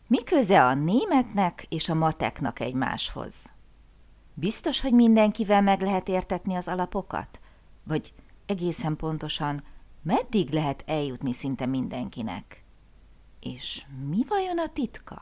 Mi köze a németnek és a mateknak egymáshoz? Biztos, hogy mindenkivel meg lehet értetni az alapokat? Vagy egészen pontosan, meddig lehet eljutni szinte mindenkinek? És mi vajon a titka?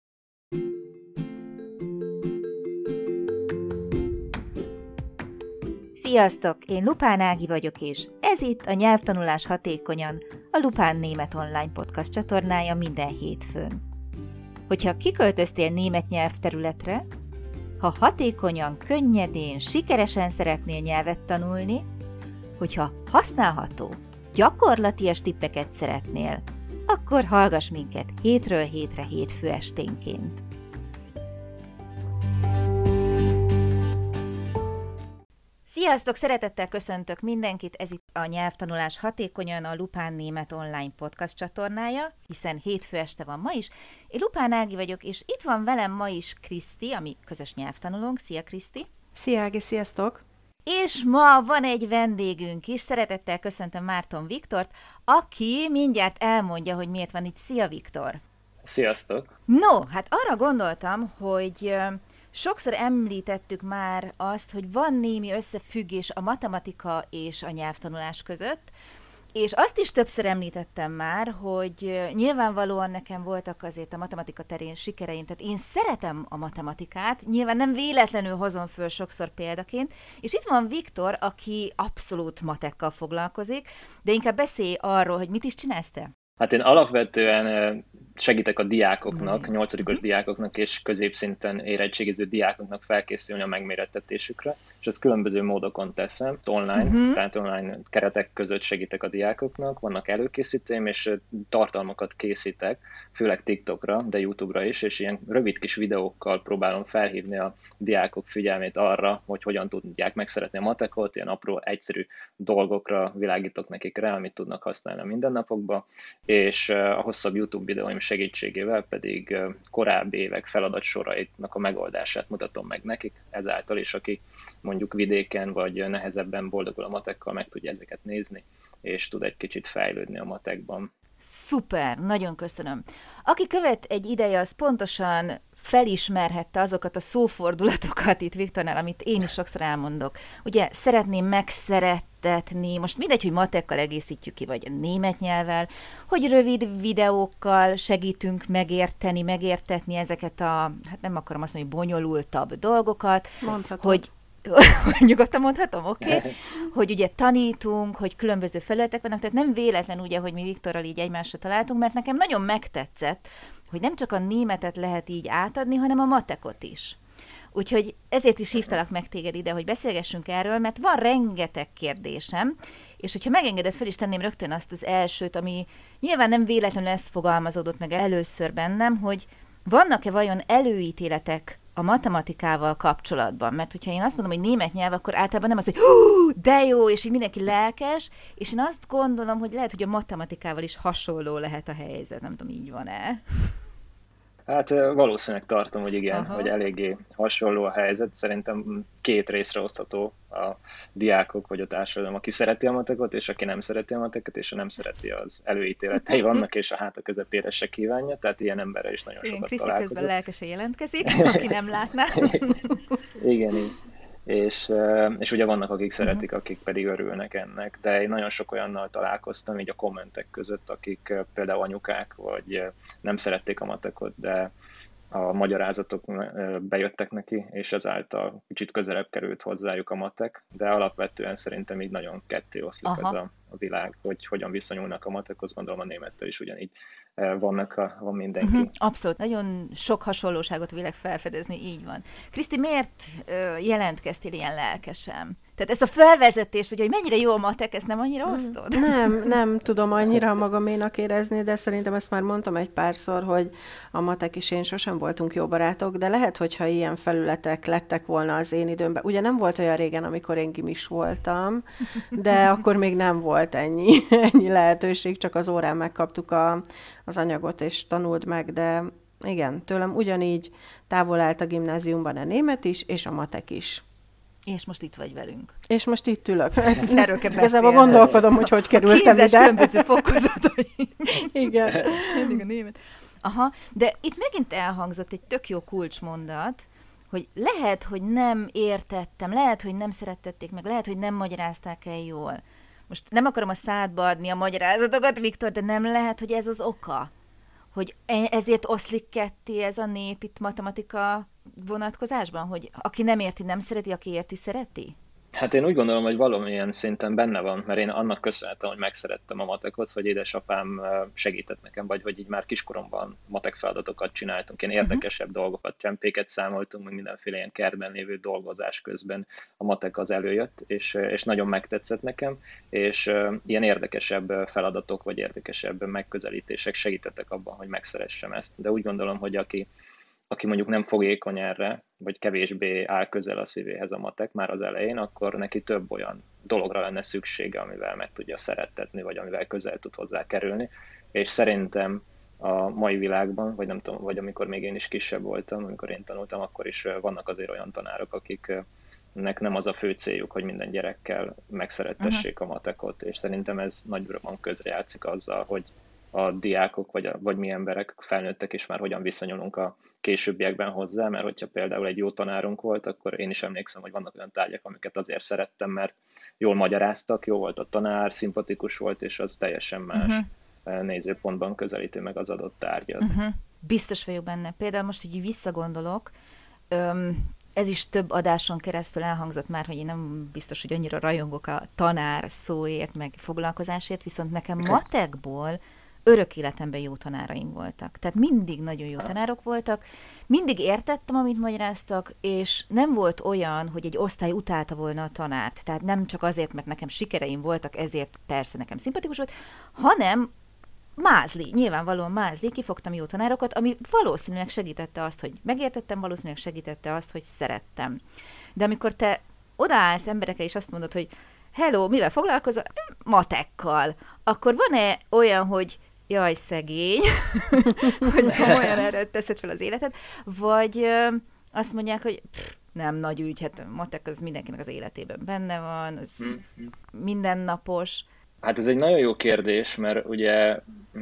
Sziasztok! Én Lupán Ági vagyok, és ez itt a Nyelvtanulás hatékonyan, a Lupán Német Online Podcast csatornája minden hétfőn. Hogyha kiköltöztél német nyelvterületre, ha hatékonyan, könnyedén, sikeresen szeretnél nyelvet tanulni, hogyha használható, gyakorlatias tippeket szeretnél, akkor hallgass minket hétről hétre hétfő esténként. Sziasztok! Szeretettel köszöntök mindenkit, ez itt a Nyelvtanulás hatékonyan, a Lupán Német Online Podcast csatornája, hiszen hétfő este van ma is. Én Lupán Ági vagyok, és itt van velem ma is Kriszti, ami közös nyelvtanulónk. Szia, Kriszti! Szia, Ági, sziasztok! És ma van egy vendégünk is, szeretettel köszöntöm Márton Viktort, aki mindjárt elmondja, hogy miért van itt. Szia, Viktor! Sziasztok! No, hát arra gondoltam, hogy sokszor említettük már azt, hogy van némi összefüggés a matematika és a nyelvtanulás között, és azt is többször említettem már, hogy nyilvánvalóan nekem voltak azért a matematika terén sikereim, tehát én szeretem a matematikát, nyilván nem véletlenül hozom föl sokszor példaként, és itt van Viktor, aki abszolút matekkal foglalkozik, de inkább beszélj arról, hogy mit is csinálsz te? Hát én alapvetően segítek a diákoknak, 8-os diákoknak és középszinten érettségiző diákoknak felkészülni a megmérettetésükre, és ezt különböző módokon teszem, online, tehát online keretek között segítek a diákoknak, vannak előkészítőim, és tartalmakat készítek, főleg TikTokra, de YouTube-ra is, és ilyen rövid kis videókkal próbálom felhívni a diákok figyelmét arra, hogy hogyan tudják megszeretni a matekot, ilyen apró, egyszerű dolgokra világítok nekik rá, amit tudnak használni a mindennapokban, és a hosszabb YouTube videóim segítségével pedig korábbi évek feladatsoraitnak a megoldását mutatom meg nekik, ezáltal is, aki mondjuk vidéken vagy nehezebben boldogul a matekkal, meg tudja ezeket nézni, és tud egy kicsit fejlődni a matekban. Szuper, nagyon köszönöm. Aki követ egy ideje, az pontosan felismerhette azokat a szófordulatokat itt Viktornál, amit én is sokszor elmondok. Ugye szeretném megszerettetni, most mindegy, hogy matekkal egészítjük ki, vagy német nyelvvel, hogy rövid videókkal segítünk megértetni ezeket a, hát nem akarom azt mondani, bonyolultabb dolgokat. Mondhatod. Hogy nyugodtan mondhatom, oké? Okay? Hogy ugye tanítunk, hogy különböző felületek vannak, tehát nem véletlen ugye, hogy mi Viktorral így egymásra találtunk, mert nekem nagyon megtetszett, hogy nem csak a németet lehet így átadni, hanem a matekot is. Úgyhogy ezért is hívtalak meg téged ide, hogy beszélgessünk erről, mert van rengeteg kérdésem, és hogyha megengeded, fel is tenném rögtön azt az elsőt, ami nyilván nem véletlenül ez fogalmazódott meg először bennem, hogy vannak-e vajon előítéletek a matematikával kapcsolatban? Mert hogyha én azt mondom, hogy német nyelv, akkor általában nem az, hogy de jó, és így mindenki lelkes, és én azt gondolom, hogy lehet, hogy a matematikával is hasonló lehet a helyzet. Nem tudom, így van-e? Hát valószínűleg tartom, hogy igen, hogy eléggé hasonló a helyzet. Szerintem két részre osztható a diákok vagy a társadalom, aki szereti a matekot, és aki nem szereti a matekot, és a nem szereti, az előítéletei vannak, és a háta közepére se kívánja, tehát ilyen emberrel is nagyon sokat Kriszti találkozott. közben lelkesen jelentkezik, aki nem látná. Igen. És ugye vannak, akik szeretik, akik pedig örülnek ennek, de én nagyon sok olyannal találkoztam így a kommentek között, akik például anyukák, vagy nem szerették a matekot, de a magyarázatok bejöttek neki, és ezáltal kicsit közelebb került hozzájuk a matek, de alapvetően szerintem így nagyon ketté oszlik ez a világ, hogy hogyan viszonyulnak a matekhoz, gondolom a némettel is ugyanígy van mindenki. Abszolút, nagyon sok hasonlóságot vélek felfedezni, így van. Kriszti, miért jelentkeztél ilyen lelkesen? Tehát ezt a felvezetést, hogy mennyire jó a matek, ezt nem annyira osztod? Nem tudom annyira magaménak érezni, de szerintem ezt már mondtam egy párszor, hogy a matek és én sosem voltunk jó barátok, de lehet, hogyha ilyen felületek lettek volna az én időmben. Ugye nem volt olyan régen, amikor én gimis voltam, de akkor még nem volt ennyi lehetőség, csak az órán megkaptuk az anyagot, és tanuld meg, de igen, tőlem ugyanígy távol állt a gimnáziumban a német is, és a matek is. És most itt vagy velünk. És most itt ülök. Erről kell Igazából gondolkodom, hogy kerültem ide. Különböző fokozatai. Igen. Mindig a német. Aha, de itt megint elhangzott egy tök jó kulcsmondat, hogy lehet, hogy nem értettem, lehet, hogy nem szerettették meg, lehet, hogy nem magyarázták el jól. Most nem akarom a szádba adni a magyarázatokat, Viktor, de nem lehet, hogy ez az oka? Hogy ezért oszlik ketté ez a nép itt matematika vonatkozásban? Hogy aki nem érti, nem szereti, aki érti, szereti? Hát én úgy gondolom, hogy valamilyen szinten benne van, mert én annak köszönhetem, hogy megszerettem a matekot, hogy édesapám segített nekem, vagy hogy így már kiskoromban matek feladatokat csináltunk, ilyen érdekesebb dolgokat, csempéket számoltunk, meg mindenféle ilyen kertben lévő dolgozás közben a matek az előjött, és nagyon megtetszett nekem, és ilyen érdekesebb feladatok, vagy érdekesebb megközelítések segítettek abban, hogy megszeressem ezt. De úgy gondolom, hogy aki mondjuk nem fogékony erre, vagy kevésbé áll közel a szívéhez a matek már az elején, akkor neki több olyan dologra lenne szüksége, amivel meg tudja szerettetni, vagy amivel közel tud hozzá kerülni. És szerintem a mai világban, vagy nem tudom, vagy amikor még én is kisebb voltam, amikor én tanultam, akkor is vannak azért olyan tanárok, akiknek nem az a fő céljuk, hogy minden gyerekkel megszerettessék a matekot, és szerintem ez nagyban közrejátszik azzal, hogy a diákok, vagy mi emberek, felnőttek is már hogyan viszonyulunk a későbbiekben hozzá, mert hogyha például egy jó tanárunk volt, akkor én is emlékszem, hogy vannak olyan tárgyak, amiket azért szerettem, mert jól magyaráztak, jó volt a tanár, szimpatikus volt, és az teljesen más nézőpontban közelíti meg az adott tárgyat. Biztos vagyok benne. Például most így visszagondolok, ez is több adáson keresztül elhangzott már, hogy én nem biztos, hogy annyira rajongok a tanár szóért, meg foglalkozásért, viszont nekem matekból örök életemben jó tanáraim voltak. Tehát mindig nagyon jó tanárok voltak, mindig értettem, amit magyaráztak, és nem volt olyan, hogy egy osztály utálta volna a tanárt. Tehát nem csak azért, mert nekem sikereim voltak, ezért persze nekem szimpatikus volt, hanem nyilvánvalóan mázli, kifogtam jó tanárokat, ami valószínűleg segítette azt, hogy megértettem, valószínűleg segítette azt, hogy szerettem. De amikor te odaállsz emberekre, és azt mondod, hogy hello, mivel foglalkozol? Matekkal. Akkor van-e olyan, hogy jaj, szegény, hogy olyan erre teszed fel az életed, vagy azt mondják, hogy nem nagy ügy, hát matek az mindenkinek az életében benne van, az mindennapos. Hát ez egy nagyon jó kérdés, mert ugye,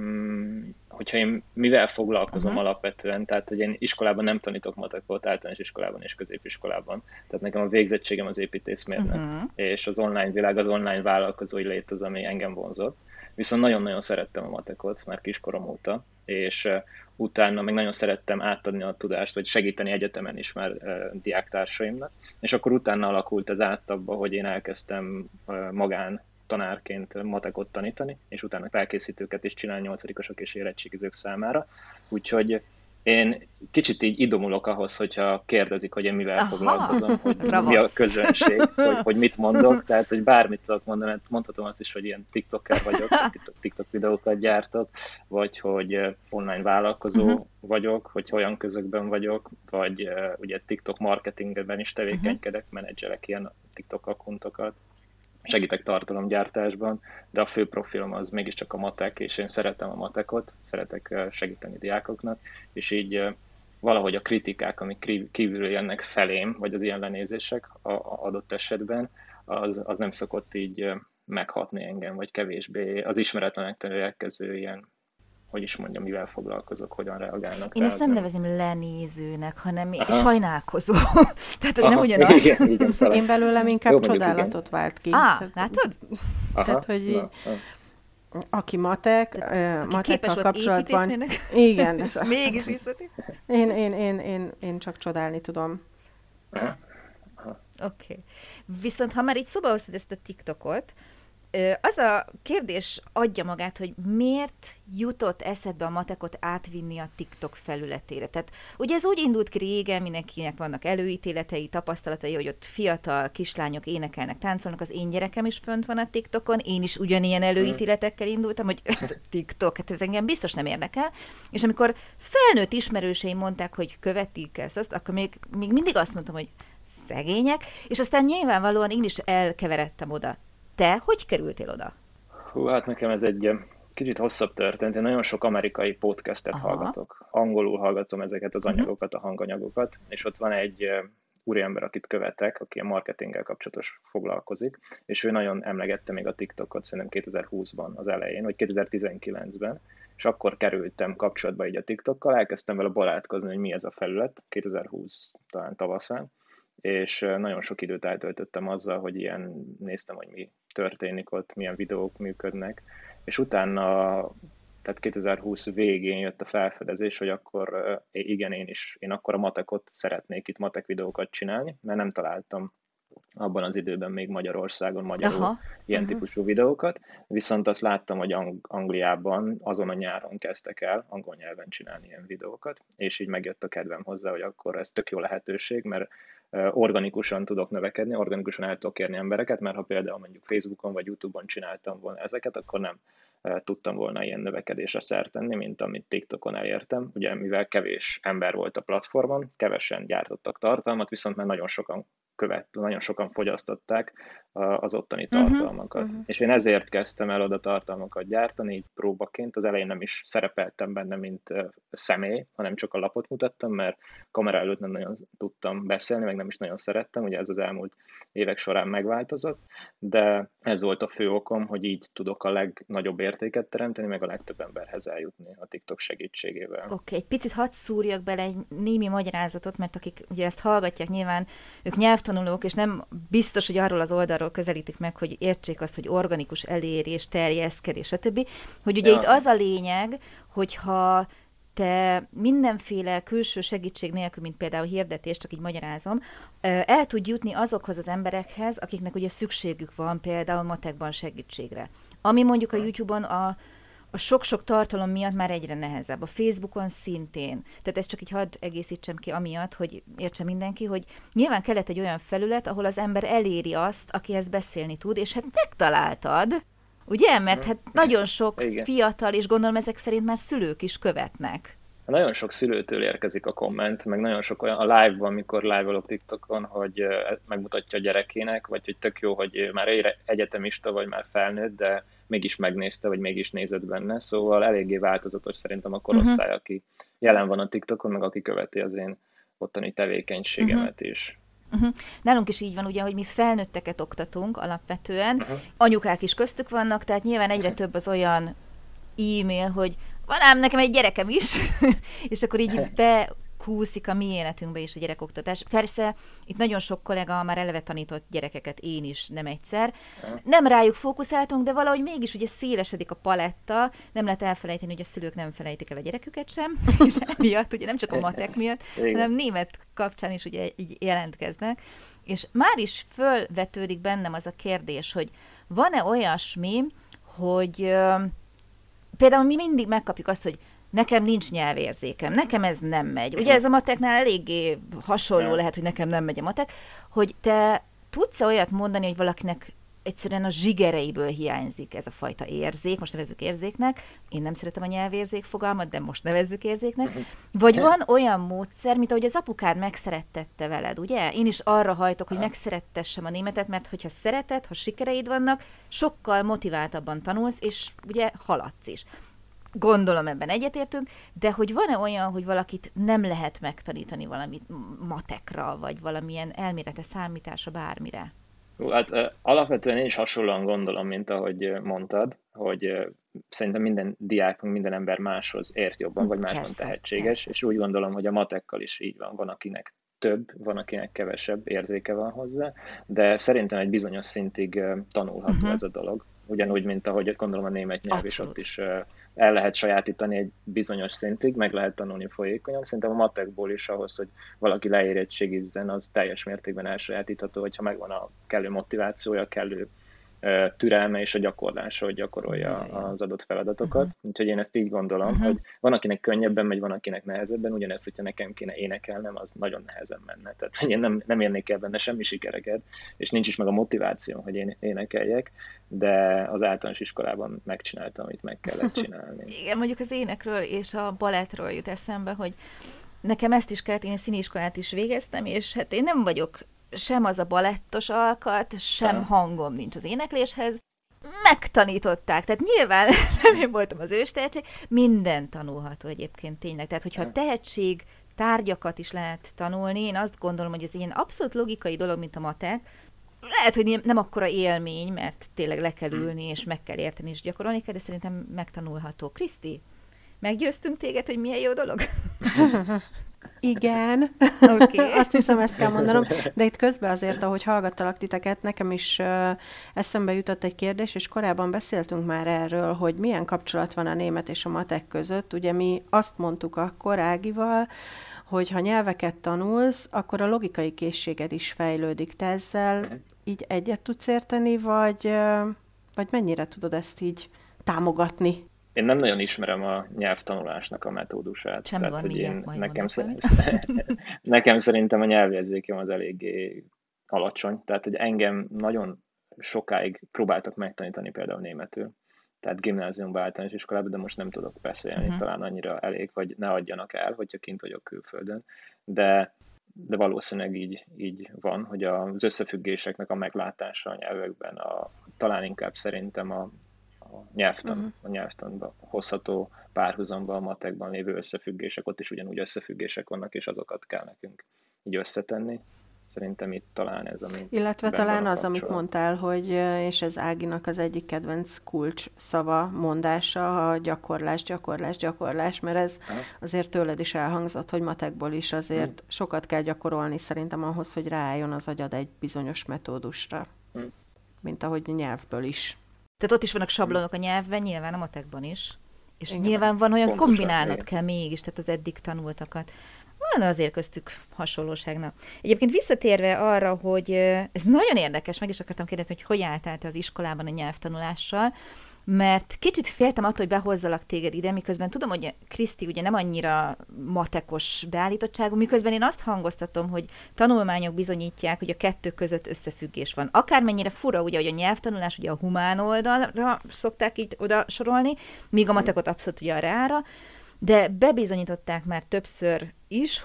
hogyha én mivel foglalkozom alapvetően, tehát hogy én iskolában nem tanítok matekot, általános iskolában és középiskolában, tehát nekem a végzettségem az építészmérnök, és az online világ, az online vállalkozói lét az, ami engem vonzott. Viszont nagyon-nagyon szerettem a matekot már kiskorom óta, és utána még nagyon szerettem átadni a tudást, vagy segíteni egyetemen is már diáktársaimnak, és akkor utána alakult ez át abba, hogy én elkezdtem magán tanárként matekot tanítani, és utána felkészítőket is csinálni 8-osok és érettségizők számára. Úgyhogy én kicsit így idomulok ahhoz, hogyha kérdezik, hogy én mivel foglalkozom, hogy mi a közönség, hogy mit mondok, tehát hogy bármit tudok mondani, mondhatom azt is, hogy ilyen TikToker vagyok, TikTok videókat gyártok, vagy hogy online vállalkozó vagyok, hogy olyan közökben vagyok, vagy ugye TikTok marketingben is tevékenykedek, menedzselek ilyen TikTok akkontokat, segítek tartalomgyártásban, de a fő profilom az mégiscsak a matek, és én szeretem a matekot, szeretek segíteni diákoknak, és így valahogy a kritikák, amik kívülről jönnek felém, vagy az ilyen lenézések adott esetben, az nem szokott így meghatni engem, vagy kevésbé az ismeretlenektől érkező ilyen, hogy is mondjam, mivel foglalkozok, hogyan reagálnak. Én ezt nem nevezem lenézőnek, hanem sajnálkozó. Tehát ez nem ugyanaz. Igen, én belőlem inkább csodálatot vált ki. Látod? Tehát, hogy aki matekkal kapcsolatban... Igen. És mégis visszatér. Én csak csodálni tudom. Oké. Viszont ha már így szóba hoztad ezt a TikTokot, az a kérdés adja magát, hogy miért jutott eszedbe a matekot átvinni a TikTok felületére. Tehát ugye ez úgy indult ki régen, mindenkinek vannak előítéletei, tapasztalatai, hogy ott fiatal kislányok énekelnek, táncolnak, az én gyerekem is fönt van a TikTokon, én is ugyanilyen előítéletekkel indultam, hogy TikTok, hát ez engem biztos nem érdekel. És amikor felnőtt ismerőseim mondták, hogy követik ezt, akkor még mindig azt mondtam, hogy szegények, és aztán nyilvánvalóan én is elkeveredtem oda. Te hogy kerültél oda? Hát nekem ez egy kicsit hosszabb történet. Én nagyon sok amerikai podcastet hallgatok. Angolul hallgatom ezeket az anyagokat, a hanganyagokat, és ott van egy úriember, akit követek, aki a marketinggel kapcsolatos foglalkozik, és ő nagyon emlegette még a TikTokot, szerintem 2020-ban az elején, vagy 2019-ben, és akkor kerültem kapcsolatba így a TikTokkal, elkezdtem vele barátkozni, hogy mi ez a felület, 2020 talán tavaszán, és nagyon sok időt eltöltöttem azzal, hogy néztem, hogy mi történik ott, milyen videók működnek, és utána, tehát 2020 végén jött a felfedezés, hogy akkor igen, én akkor a matekot szeretnék itt matek videókat csinálni, mert nem találtam abban az időben még Magyarországon magyarul ilyen típusú videókat, viszont azt láttam, hogy Angliában azon a nyáron kezdtek el angol nyelven csinálni ilyen videókat, és így megjött a kedvem hozzá, hogy akkor ez tök jó lehetőség, mert organikusan tudok növekedni, organikusan el tudok érni embereket, mert ha például mondjuk Facebookon vagy YouTube-on csináltam volna ezeket, akkor nem tudtam volna ilyen növekedésre szert tenni, mint amit TikTokon elértem. Ugye mivel kevés ember volt a platformon, kevesen gyártottak tartalmat, viszont már nagyon sokan fogyasztották az ottani tartalmakat. És én ezért kezdtem el oda tartalmakat gyártani, így próbaként. Az elején nem is szerepeltem benne, mint személy, hanem csak a lapot mutattam, mert kamera előtt nem nagyon tudtam beszélni, meg nem is nagyon szerettem, ugye ez az elmúlt évek során megváltozott, de ez volt a fő okom, hogy így tudok a legnagyobb értéket teremteni, meg a legtöbb emberhez eljutni a TikTok segítségével. Oké, egy picit hadd szúrjak bele egy némi magyarázatot, mert akik ugye ezt hallgatják, nyilván ők nyelvtanulók, és nem biztos, hogy arról az oldalról közelítik meg, hogy értsék azt, hogy organikus elérés, terjeszkedés, stb. Hogy ugye itt az a lényeg, hogyha te mindenféle külső segítség nélkül, mint például hirdetés, csak így magyarázom, el tud jutni azokhoz az emberekhez, akiknek ugye szükségük van például matekban segítségre. Ami mondjuk a YouTube-on a sok-sok tartalom miatt már egyre nehezebb. A Facebookon szintén. Tehát ezt csak így hadd egészítsem ki amiatt, hogy értse mindenki, hogy nyilván kellett egy olyan felület, ahol az ember eléri azt, akihez beszélni tud, és hát megtaláltad, ugye? Mert hát nagyon sok fiatal, és gondolom ezek szerint már szülők is követnek. Nagyon sok szülőtől érkezik a komment, meg nagyon sok olyan a live-ban, amikor live-olok TikTokon, hogy megmutatja a gyerekének, vagy hogy tök jó, hogy már egyetemista, vagy már felnőtt, de mégis megnézte, vagy mégis nézett benne. Szóval eléggé változatos szerintem a korosztály, aki jelen van a TikTokon, meg aki követi az én ottani tevékenységemet is. Nálunk is így van, ugye, hogy mi felnőtteket oktatunk alapvetően, anyukák is köztük vannak, tehát nyilván egyre több az olyan e-mail, hogy van ám nekem egy gyerekem is, és akkor így bekúszik a mi életünkbe is a gyerekoktatás. Persze, itt nagyon sok kollega már eleve tanított gyerekeket, én is nem egyszer. Nem rájuk fókuszáltunk, de valahogy mégis ugye szélesedik a paletta, nem lehet elfelejteni, hogy a szülők nem felejtik el a gyereküket sem, és emiatt, ugye nem csak a matek miatt, hanem német kapcsán is ugye így jelentkeznek. És már is fölvetődik bennem az a kérdés, hogy van-e olyasmi, hogy például mi mindig megkapjuk azt, hogy nekem nincs nyelvérzékem, nekem ez nem megy. Ugye ez a mateknál eléggé hasonló lehet, hogy nekem nem megy a matek, hogy te tudsz-e olyat mondani, hogy valakinek egyszerűen a zsigereiből hiányzik ez a fajta érzék, most nevezzük érzéknek, én nem szeretem a nyelvérzék fogalmat, de most nevezzük érzéknek, vagy van olyan módszer, mint ahogy az apukád megszerettette veled, ugye? Én is arra hajtok, hogy megszerettessem a németet, mert hogyha szereted, ha sikereid vannak, sokkal motiváltabban tanulsz, és ugye haladsz is. Gondolom ebben egyetértünk, de hogy van-e olyan, hogy valakit nem lehet megtanítani valamit matekra, vagy valamilyen elmélete, számításra, bármire? Hát alapvetően én is hasonlóan gondolom, mint ahogy mondtad, hogy szerintem minden diákunk, minden ember máshoz ért jobban, vagy másban tehetséges, és úgy gondolom, hogy a matekkal is így van. Van, akinek több, van, akinek kevesebb érzéke van hozzá, de szerintem egy bizonyos szintig tanulható ez a dolog. Ugyanúgy, mint ahogy gondolom a német nyelv is ott is el lehet sajátítani egy bizonyos szintig, meg lehet tanulni folyékonyan. Szerintem a matekból is ahhoz, hogy valaki leérettségizzen, az teljes mértékben elsajátítható, hogyha megvan a kellő motivációja, kellő türelme és a gyakorlása, hogy gyakorolja az adott feladatokat. Úgyhogy én ezt így gondolom, hogy van, akinek könnyebben megy, van, akinek nehezebben, ugyanez, hogyha nekem kéne énekelnem, az nagyon nehezen menne. Tehát hogy én nem érnék el benne semmi sikereket, és nincs is meg a motiváció, hogy én énekeljek, de az általános iskolában megcsináltam, amit meg kellett csinálni. Igen, mondjuk az énekről és a balettről jut eszembe, hogy nekem ezt is kellett, én színiskolát is végeztem, és hát én nem vagyok sem az a balettos alkat, sem hangom nincs az énekléshez. Megtanították, tehát nyilván nem én voltam az őstehetség, minden tanulható egyébként tényleg. Tehát, hogyha a tehetség tárgyakat is lehet tanulni, én azt gondolom, hogy ez ilyen abszolút logikai dolog, mint a matek. Lehet, hogy nem akkora élmény, mert tényleg le kell ülni, és meg kell érteni, és gyakorolni kell, de szerintem megtanulható. Kriszti? Meggyőztünk téged, hogy milyen jó dolog? Igen, Okay. azt hiszem, ezt kell mondanom, de itt közben azért, ahogy hallgattalak titeket, nekem is eszembe jutott egy kérdés, és korábban beszéltünk már erről, hogy milyen kapcsolat van a német és a matek között. Ugye mi azt mondtuk akkor Ágival, hogy ha nyelveket tanulsz, akkor a logikai készséged is fejlődik. Te ezzel így egyet tudsz érteni, vagy mennyire tudod ezt így támogatni? Én nem nagyon ismerem a nyelvtanulásnak a metódusát. Semmi Tehát, gond, hogy mindjárt nekem szerintem a nyelvérzékem az eléggé alacsony. Tehát, hogy engem nagyon sokáig próbáltak megtanítani például németül. Tehát gimnáziumban, általános iskolában, de most nem tudok beszélni, talán annyira elég, hogy ne adjanak el, hogyha kint vagyok külföldön. De valószínűleg így van, hogy az összefüggéseknek a meglátása a nyelvekben talán inkább szerintem a nyelvtanban hozható párhuzamba a matekban lévő összefüggések, ott is ugyanúgy összefüggések vannak, és azokat kell nekünk így összetenni. Szerintem itt talán ez, ami... Illetve talán az, amit mondtál, hogy, és ez Áginak az egyik kedvenc kulcs szava mondása, a gyakorlás, mert ez azért tőled is elhangzott, hogy matekból is azért sokat kell gyakorolni szerintem ahhoz, hogy ráálljon az agyad egy bizonyos metódusra, mint ahogy nyelvből is. Tehát ott is vannak sablonok a nyelvben, nyilván a matekban is. És nyilván van olyan, kombinálnod kell mégis, tehát az eddig tanultakat. Van azért köztük hasonlóságnak. Egyébként visszatérve arra, hogy ez nagyon érdekes, meg is akartam kérdezni, hogy álltál te az iskolában a nyelvtanulással, mert kicsit féltem attól, hogy behozzalak téged ide, miközben tudom, hogy Kriszti ugye nem annyira matekos beállítottságú, miközben én azt hangoztatom, hogy tanulmányok bizonyítják, hogy a kettő között összefüggés van. Akármennyire fura, ugye, hogy a nyelvtanulás ugye a humán oldalra szokták így oda sorolni, míg a matekot abszolút ugye a rára, de bebizonyították már többször is,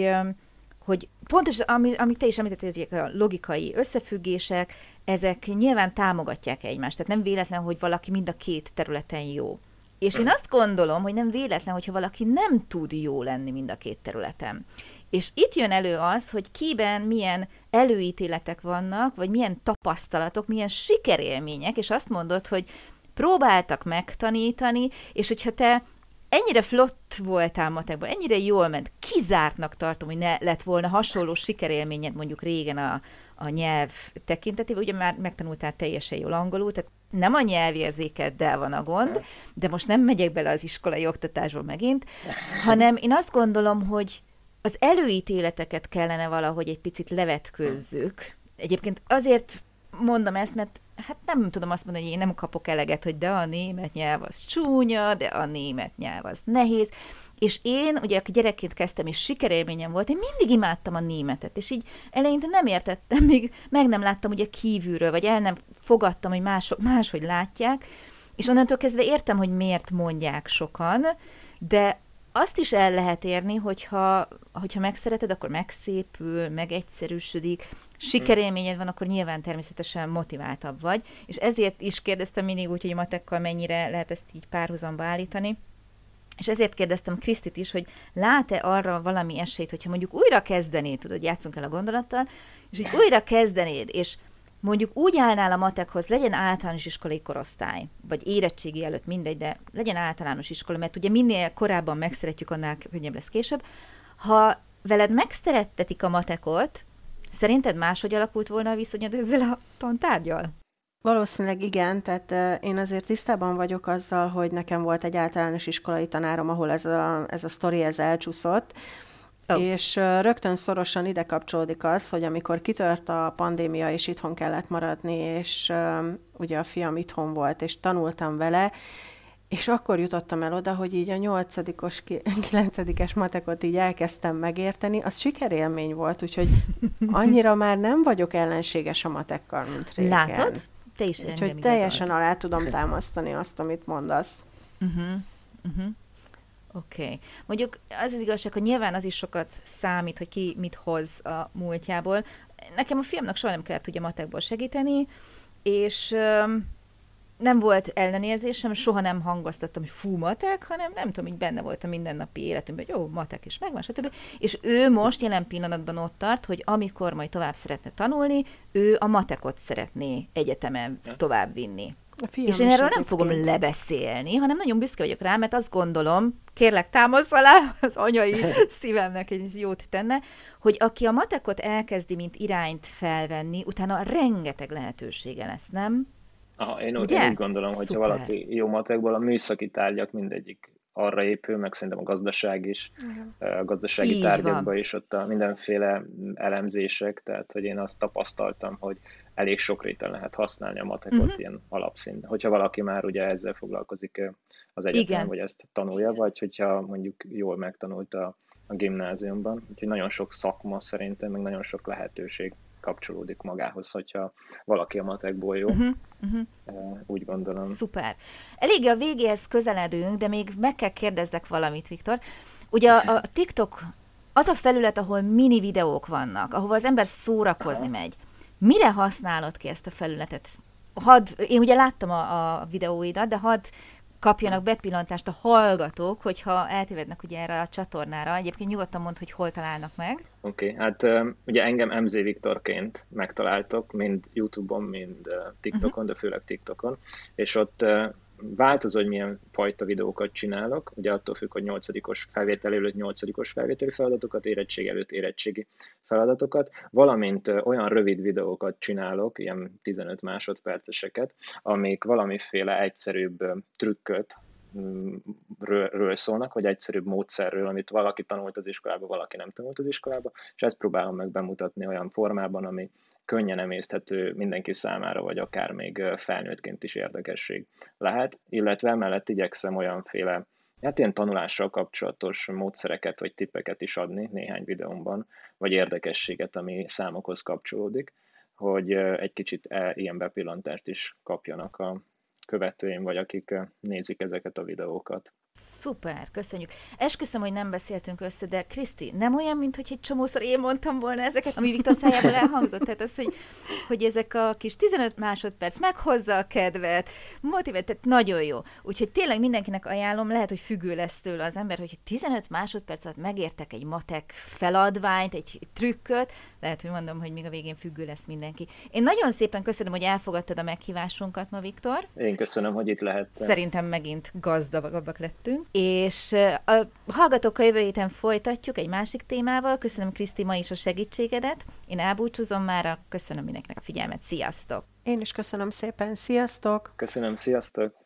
hogy pontosan, amit te is említettél, hogy a logikai összefüggések, ezek nyilván támogatják egymást. Tehát nem véletlen, hogy valaki mind a két területen jó. És én azt gondolom, hogy nem véletlen, hogyha valaki nem tud jó lenni mind a két területen. És itt jön elő az, hogy kiben milyen előítéletek vannak, vagy milyen tapasztalatok, milyen sikerélmények, és azt mondod, hogy próbáltak megtanítani, és hogyha te ennyire flott voltál matekban, ennyire jól ment, kizártnak tartom, hogy ne lett volna hasonló sikerélményed mondjuk régen a nyelv tekintetében, ugye már megtanultál teljesen jól angolul, tehát nem a nyelvérzékeddel van a gond, de most nem megyek bele az iskolai oktatásba megint, hanem én azt gondolom, hogy az előítéleteket kellene valahogy egy picit levetkőzzük. Egyébként azért mondom ezt, mert hát nem tudom azt mondani, hogy én nem kapok eleget, hogy de a német nyelv az csúnya, de a német nyelv az nehéz. És én, ugye gyerekként kezdtem, és sikerélményem volt, én mindig imádtam a németet, és így eleinte nem értettem, még meg nem láttam ugye kívülről, vagy el nem fogadtam, hogy mások máshogy látják, és onnantól kezdve értem, hogy miért mondják sokan, de azt is el lehet érni, hogyha megszereted, akkor megszépül, megegyszerűsödik, sikerélményed van, akkor nyilván természetesen motiváltabb vagy, és ezért is kérdeztem mindig úgy, hogy a matekkal mennyire lehet ezt így párhuzamba állítani, és ezért kérdeztem Krisztit is, hogy lát-e arra valami esélyt, hogyha mondjuk újra kezdenéd, tudod, játszunk el a gondolattal, és így újra kezdenéd, és mondjuk úgy állnál a matekhoz, legyen általános iskolai korosztály, vagy érettségi előtt, mindegy, de legyen általános iskola, mert ugye minél korábban megszeretjük, annál könnyebb lesz később. Ha veled megszerettetik a matekot, szerinted máshogy alakult volna a viszonyod ezzel a tantárgyal? Valószínűleg igen, tehát én azért tisztában vagyok azzal, hogy nekem volt egy általános iskolai tanárom, ahol ez a sztori elcsúszott, és rögtön szorosan ide kapcsolódik az, hogy amikor kitört a pandémia, és itthon kellett maradni, és ugye a fiam itthon volt, és tanultam vele, és akkor jutottam el oda, hogy így a 8-os, 9-es matekot így elkezdtem megérteni, az sikerélmény volt, úgyhogy annyira már nem vagyok ellenséges a matekkal, mint régen. Látod? Te is úgyhogy teljesen alá tudom támasztani azt, amit mondasz. Oké. Mondjuk az igazság, hogy nyilván az is sokat számít, hogy ki mit hoz a múltjából. Nekem a fiamnak soha nem kellett ugye matekból segíteni, és nem volt ellenérzésem, soha nem hangoztattam, hogy fú, matek, hanem nem tudom, így benne volt a mindennapi életünkben, hogy jó, matek is megvan, stb. És ő most jelen pillanatban ott tart, hogy amikor majd tovább szeretne tanulni, ő a matekot szeretné egyetemen tovább vinni. És én erről nem fogom lebeszélni, hanem nagyon büszke vagyok rá, mert azt gondolom, kérlek támasz alá, az anyai szívemnek egy jót tenne, hogy aki a matekot elkezdi, mint irányt felvenni, utána rengeteg lehetősége lesz, nem? Én úgy gondolom, hogy ha valaki jó matekból, a műszaki tárgyak mindegyik arra épül, meg szerintem a gazdaság is, a gazdasági tárgyakban is ott a mindenféle elemzések, tehát hogy én azt tapasztaltam, hogy elég sokréten lehet használni a matekot ilyen alapszinten. Hogyha valaki már ugye ezzel foglalkozik az egyetemen, vagy ezt tanulja, vagy hogyha mondjuk jól megtanult a gimnáziumban. Úgyhogy nagyon sok szakma szerintem, meg nagyon sok lehetőség kapcsolódik magához, hogyha valaki a matekból jó. Úgy gondolom. Szuper. Eléggé a végéhez közeledünk, de még meg kell kérdezzek valamit, Viktor. Ugye a TikTok az a felület, ahol mini videók vannak, ahova az ember szórakozni megy. Mire használod ki ezt a felületet? Én ugye láttam a videóidat, de hadd kapjanak bepillantást a hallgatók, hogyha eltévednek ugye erre a csatornára. Egyébként nyugodtan mondd, hogy hol találnak meg. Oké, hát ugye engem MZ Viktorként megtaláltok, mind YouTube-on, mind TikTokon, de főleg TikTokon, és ott változó, hogy milyen fajta videókat csinálok, ugye attól függ, hogy 8-os felvétel előtt 8-os felvételi feladatokat, érettség előtt érettségi feladatokat, valamint olyan rövid videókat csinálok, ilyen 15 másodperceseket, amik valamiféle egyszerűbb trükköt ről szólnak, vagy egyszerűbb módszerről, amit valaki tanult az iskolában, valaki nem tanult az iskolában, és ezt próbálom meg bemutatni olyan formában, ami könnyen emészthető mindenki számára, vagy akár még felnőttként is érdekesség lehet, illetve emellett igyekszem olyanféle, hát ilyen tanulással kapcsolatos módszereket vagy tippeket is adni néhány videómban, vagy érdekességet, ami számokhoz kapcsolódik, hogy egy kicsit ilyen bepillantást is kapjanak a követőim, vagy akik nézik ezeket a videókat. Szuper, köszönjük. Esküszöm, hogy nem beszéltünk össze, de Kriszti, nem olyan, mint hogy egy csomószor én mondtam volna ezeket, ami Viktor szájából elhangzott. Tehát az, hogy ezek a kis 15 másodperc meghozza a kedvet, motivál, tehát nagyon jó. Úgyhogy tényleg mindenkinek ajánlom, lehet, hogy függő lesz tőle az ember, hogy 15 másodperc alatt megértek egy matek feladványt, egy trükköt, lehet, hogy mondom, hogy még a végén függő lesz mindenki. Én nagyon szépen köszönöm, hogy elfogadtad a meghívásunkat ma, Viktor. Én köszönöm, hogy itt lehettem. Szerintem megint gazdagabbak lettünk. És a hallgatókkal jövő héten folytatjuk egy másik témával. Köszönöm, Kriszti, ma is a segítségedet. Én elbúcsúzom mára. Köszönöm mindenkinek a figyelmet. Sziasztok! Én is köszönöm szépen. Sziasztok! Köszönöm, sziasztok!